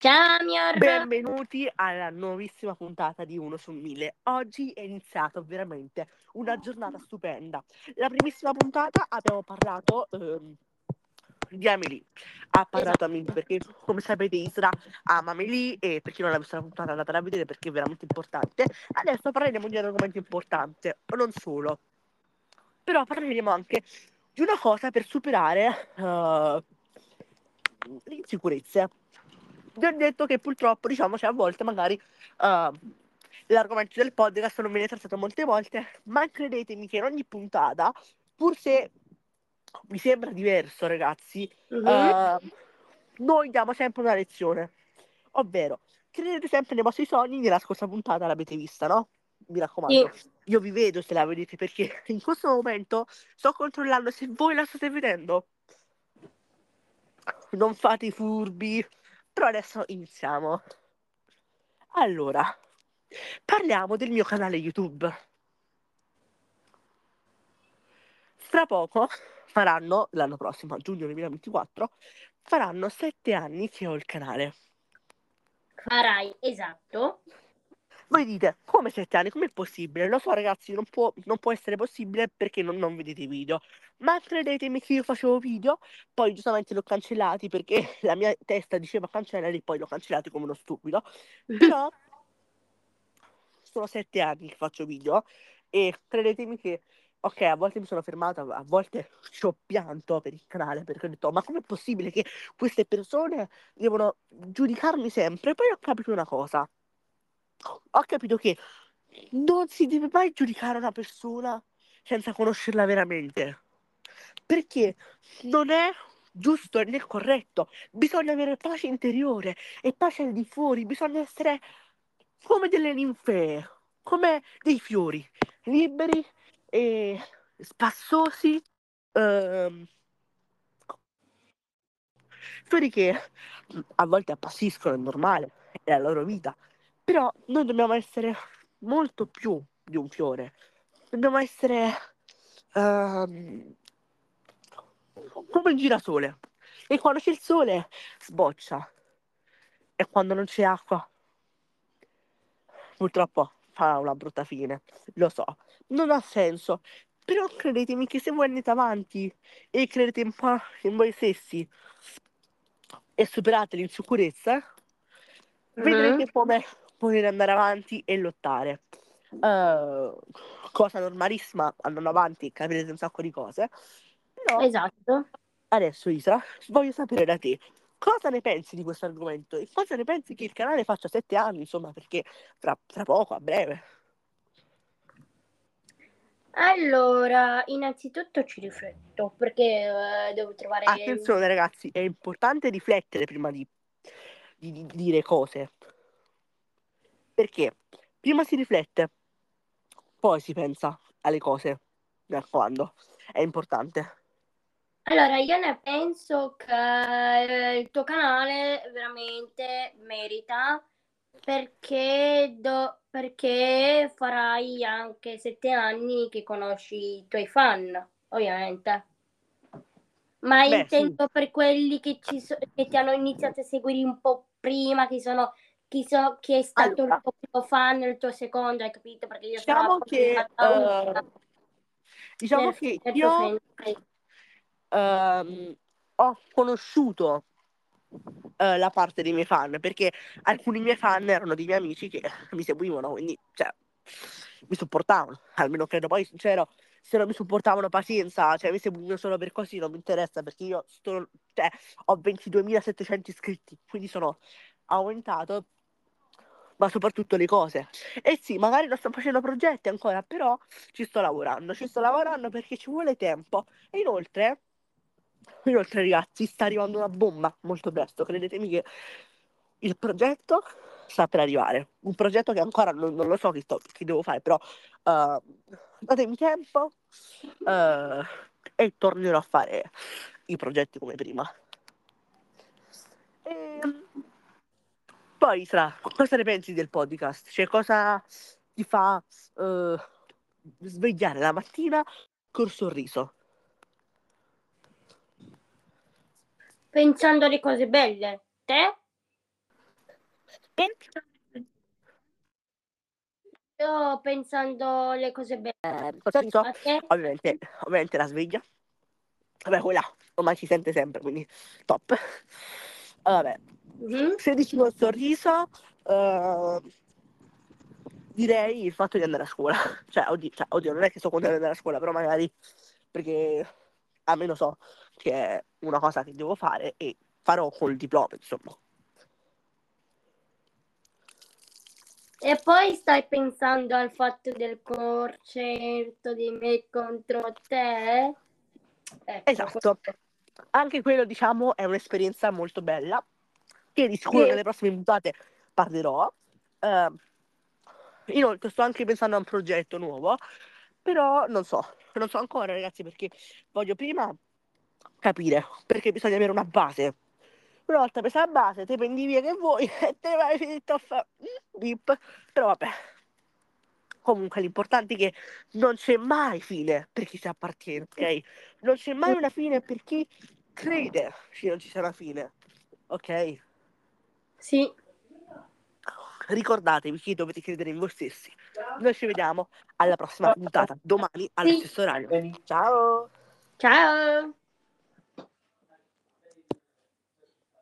Ciao Mior! Benvenuti alla nuovissima puntata di Uno su 1000. Oggi è iniziata veramente una giornata stupenda. La primissima puntata abbiamo parlato di Amelie. Ha parlato Amelie perché, come sapete, Isra ama Amelie e per chi non l'ha vista la puntata andate a vedere perché è veramente importante. Adesso parleremo di un argomento importante, non solo. Però parleremo anche di una cosa per superare le insicurezze. Vi ho detto che purtroppo, diciamo, a volte magari l'argomento del podcast non viene trattato molte volte, ma credetemi che in ogni puntata, pur se mi sembra diverso, ragazzi, noi diamo sempre una lezione, ovvero credete sempre nei vostri sogni. Nella scorsa puntata l'avete vista, no? Mi raccomando, Sì, io vi vedo se la vedete perché in questo momento sto controllando se voi la state vedendo. Non fate i furbi. Però adesso iniziamo. Allora, parliamo del mio canale YouTube. Fra poco faranno, l'anno prossimo, a giugno 2024, faranno 7 anni che ho il canale. farai esatto. Voi dite, come 7 anni? Com'è possibile? Lo so ragazzi, non può essere possibile perché non vedete i video. Ma credetemi che io facevo video, poi giustamente li ho cancellati perché la mia testa diceva cancellali e poi l'ho cancellati come uno stupido. Però sono 7 anni che faccio video e credetemi che, ok, a volte mi sono fermata, a volte ci ho pianto per il canale perché ho detto, ma com'è possibile che queste persone devono giudicarmi sempre? Poi ho capito una cosa, ho capito che non si deve mai giudicare una persona senza conoscerla veramente, perché non è giusto né corretto. Bisogna avere pace interiore e pace al di fuori, bisogna essere come delle ninfee, come dei fiori, liberi e spassosi, ehm, fiori che a volte appassiscono, è normale, è la loro vita, però noi dobbiamo essere molto più di un fiore, dobbiamo essere ehm, come il girasole, e quando c'è il sole sboccia, e quando non c'è acqua purtroppo fa una brutta fine, lo so, non ha senso, però credetemi che se voi andate avanti e credete un po' in voi stessi e superate l'insicurezza, vedrete come potete andare avanti e lottare. Eh, Cosa normalissima, andando avanti capirete un sacco di cose, però Esatto. adesso Isra, voglio sapere da te cosa ne pensi di questo argomento e cosa ne pensi che il canale faccia 7 anni, insomma, perché tra poco, a breve. Allora, innanzitutto ci rifletto perché devo trovare. Attenzione ragazzi, è importante riflettere prima di dire cose, perché prima si riflette, poi si pensa alle cose, mi raccomando, è importante. Allora, io ne penso che il tuo canale veramente merita perché farai anche 7 anni che conosci i tuoi fan, ovviamente. Ma Beh, sì. intendo per quelli che ti hanno iniziato a seguire un po' prima, chi è stato il Allora, tuo primo fan, il tuo secondo, hai capito? Perché io sono diciamo che, appassionata unica diciamo che nel tuo io fanpage. ho conosciuto la parte dei miei fan, perché alcuni miei fan erano dei miei amici che mi seguivano, quindi cioè, mi supportavano, almeno credo. Poi sincero, se non mi supportavano pazienza, cioè mi seguivano solo per così, non mi interessa perché cioè, ho 22.700 iscritti, quindi sono aumentato, ma soprattutto le cose. E sì, magari non sto facendo progetti ancora, però ci sto lavorando perché ci vuole tempo. E inoltre ragazzi, sta arrivando una bomba molto presto, credetemi che il progetto sta per arrivare. Un progetto che ancora non lo so che devo fare, però datemi tempo e tornerò a fare i progetti come prima. E, poi, Sra, cosa ne pensi del podcast? Cioè, cosa ti fa eh, svegliare la mattina col sorriso? Pensando alle cose belle, te? io pensando le cose belle. Sorriso, A te? ovviamente la sveglia. Vabbè, quella ormai si sente sempre, quindi top. Vabbè, Mhm. se dicevo il sorriso, eh, direi il fatto di andare a scuola. Cioè, oddio, non è che sto contento di andare a scuola, però magari perché almeno so che è una cosa che devo fare e farò col diploma, insomma. E poi stai pensando al fatto del concerto di me contro te? Ecco, Esatto. Anche quello, diciamo, è un'esperienza molto bella, che di sicuro sì, nelle prossime puntate parlerò. Eh, Inoltre sto anche pensando a un progetto nuovo, però non so ancora ragazzi perché voglio prima capire, perché bisogna avere una base. Una volta presa la base, te prendi via che vuoi e te ne vai finito a fare bip. Però vabbè, comunque l'importante è che non c'è mai fine per chi si appartiene, ok? Non c'è mai una fine per chi crede che non ci sia una fine, ok? sì. Ricordatevi che dovete credere in voi stessi. Noi ci vediamo alla prossima puntata, domani allo Sì. stesso orario. Ciao! Ciao.